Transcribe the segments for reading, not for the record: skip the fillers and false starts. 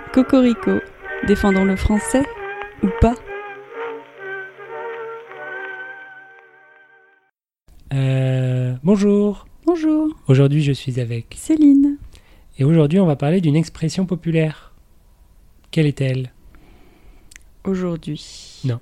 Cocorico, défendons le français ou pas? Bonjour. Bonjour, Aujourd'hui, je suis avec. Céline. Et aujourd'hui, on va parler d'une expression populaire. Quelle est-elle? Aujourd'hui. Non.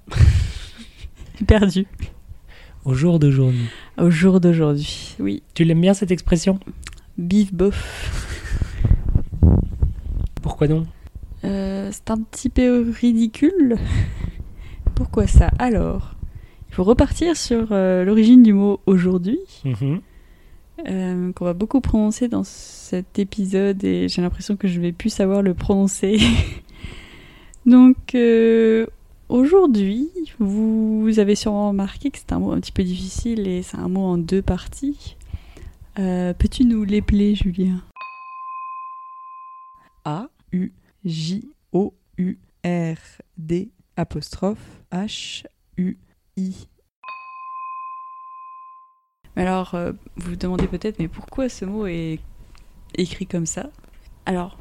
Perdu. Au jour d'aujourd'hui. Au jour d'aujourd'hui, oui. Tu l'aimes bien cette expression? Bif bof. Pourquoi donc? C'est un petit peu ridicule. Pourquoi ça? Alors, il faut repartir sur l'origine du mot aujourd'hui, qu'on va beaucoup prononcer dans cet épisode et j'ai l'impression que je vais plus savoir le prononcer. Donc, aujourd'hui, vous avez sûrement remarqué que c'est un mot un petit peu difficile et c'est un mot en deux parties. Peux-tu nous l'épeler, Julien? A-U-J-O-U-R-D'-H-U-I. Alors, vous vous demandez peut-être, mais pourquoi ce mot est écrit comme ça? Alors,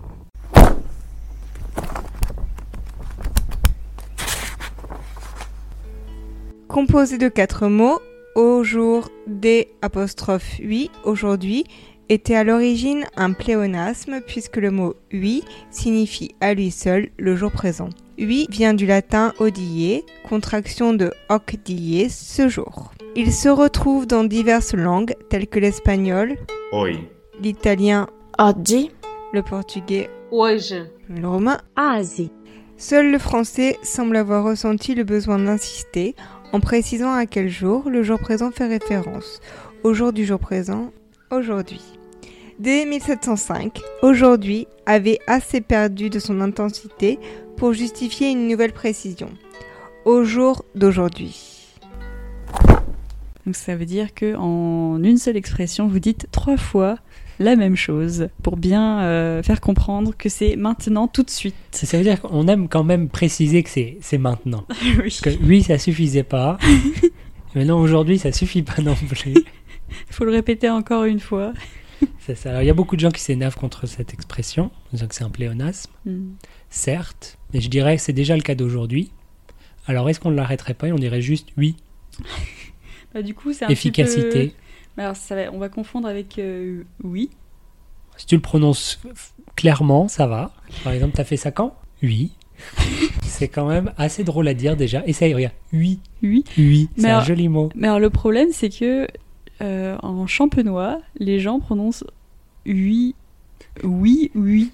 Composé de 4 mots, au jour D''ui, aujourd'hui, était à l'origine un pléonasme puisque le mot ui signifie à lui seul le jour présent. Ui vient du latin odie, contraction de hoc die, ce jour. Il se retrouve dans diverses langues telles que l'espagnol, Hoy. l'italien, Oggi, le portugais, hoje, le romain. asi. Seul le français semble avoir ressenti le besoin d'insister en précisant à quel jour le jour présent fait référence. Au jour du jour présent, aujourd'hui. Dès 1705, aujourd'hui avait assez perdu de son intensité pour justifier une nouvelle précision. Au jour d'aujourd'hui. donc ça veut dire que en une seule expression, vous dites 3 fois la même chose pour bien faire comprendre que c'est maintenant, tout de suite. Ça veut dire qu'on aime quand même préciser que c'est maintenant. Oui. Parce que oui, ça suffisait pas. Et maintenant, aujourd'hui, ça suffit pas non plus. Il faut le répéter encore une fois. C'est ça. Alors, il y a beaucoup de gens qui s'énervent contre cette expression, en disant que c'est un pléonasme. Certes, mais je dirais que c'est déjà le cas d'aujourd'hui. Alors, est-ce qu'on ne l'arrêterait pas et on dirait juste oui? Bah, du coup, c'est un Efficacité. petit peu... Alors, on va confondre avec oui. Si tu le prononces clairement, ça va. Par exemple, t'as fait ça quand? Oui. C'est quand même assez drôle à dire déjà. Essaye, regarde. Oui. Oui. Oui. C'est Mais un alors- joli mot. Mais alors, le problème, c'est que en champenois, les gens prononcent oui, oui, oui.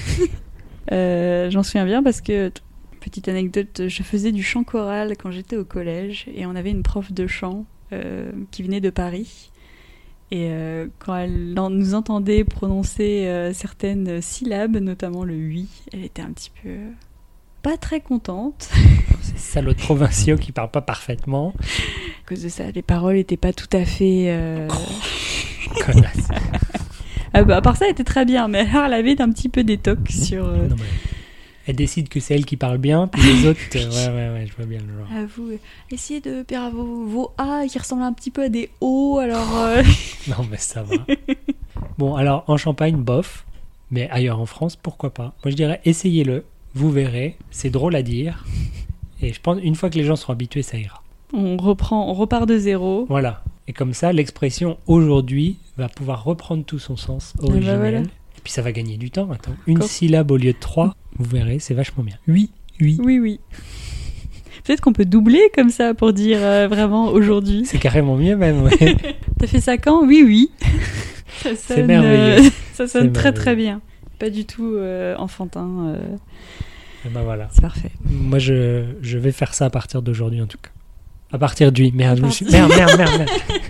J'en souviens bien parce que, petite anecdote, je faisais du chant choral quand j'étais au collège et on avait une prof de chant qui venait de Paris. Et quand elle nous entendait prononcer certaines syllabes, notamment le oui, elle était un petit peu pas très contente. Ces salauds de provinciaux qui parlent pas parfaitement. À cause de ça, les paroles n'étaient pas tout à fait... Connasse. Ah bah, à part ça, elle était très bien, mais alors, elle avait un petit peu des tocs sur... Non, mais elle décide que c'est elle qui parle bien, puis les autres... ouais, je vois bien le genre. À vous, essayez de faire vos A qui ressemblent un petit peu à des O, alors... Non, mais ça va. Bon, alors, en Champagne, bof. Mais ailleurs en France, pourquoi pas? Moi, je dirais, essayez-le. Vous verrez. C'est drôle à dire. Et je pense, une fois que les gens seront habitués, ça ira. on repart de zéro. Voilà. Et comme ça, l'expression aujourd'hui va pouvoir reprendre tout son sens originel. voilà. Et puis ça va gagner du temps. Attends, une Encore. syllabe au lieu de 3, vous verrez, c'est vachement bien. Oui, oui. Oui, oui. Peut-être qu'on peut doubler comme ça pour dire vraiment aujourd'hui. C'est carrément mieux même. Ouais. T'as fait ça quand? Oui, oui. Ça C'est sonne, merveilleux. ça sonne C'est très merveilleux. très bien. Pas du tout enfantin. Et ben voilà. C'est parfait. Moi, je vais faire ça à partir d'aujourd'hui en tout cas. À partir d'aujourd'hui. Merde, À je suis... partir- merde.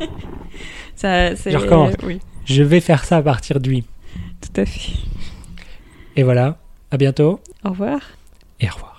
Ça, c'est... Je recommence. Oui, Je vais faire ça à partir d'aujourd'hui. tout à fait. Et voilà. À bientôt. Au revoir. Et au revoir.